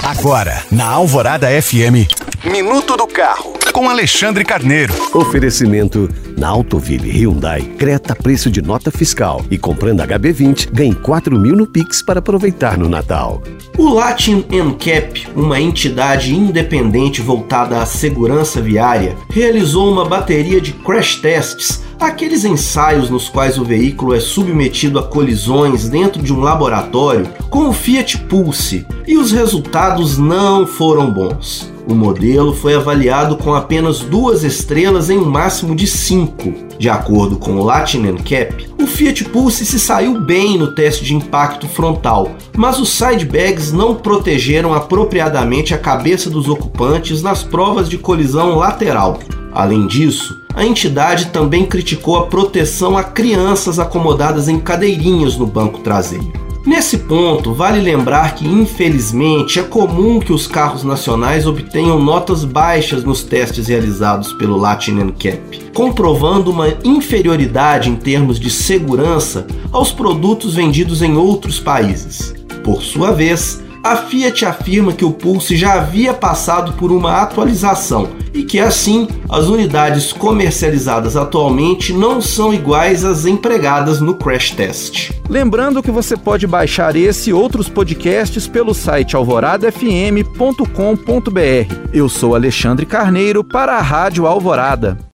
Agora, na Alvorada FM, Minuto do Carro, com Alexandre Carneiro. Oferecimento na Autoville Hyundai, Creta preço de nota fiscal e comprando HB20, ganhe 4.000 no Pix para aproveitar no Natal. O Latin NCAP, uma entidade independente voltada à segurança viária, realizou uma bateria de crash tests, aqueles ensaios nos quais o veículo é submetido a colisões dentro de um laboratório com o Fiat Pulse, e os resultados não foram bons. O modelo foi avaliado com apenas 2 estrelas em um máximo de 5. De acordo com o Latin NCAP, o Fiat Pulse se saiu bem no teste de impacto frontal, mas os sidebags não protegeram apropriadamente a cabeça dos ocupantes nas provas de colisão lateral. Além disso, a entidade também criticou a proteção a crianças acomodadas em cadeirinhas no banco traseiro. Nesse ponto, vale lembrar que, infelizmente, é comum que os carros nacionais obtenham notas baixas nos testes realizados pelo Latin NCAP, comprovando uma inferioridade em termos de segurança aos produtos vendidos em outros países. Por sua vez, a Fiat afirma que o Pulse já havia passado por uma atualização e que, assim, as unidades comercializadas atualmente não são iguais às empregadas no crash test. Lembrando que você pode baixar esse e outros podcasts pelo site alvoradafm.com.br. Eu sou Alexandre Carneiro para a Rádio Alvorada.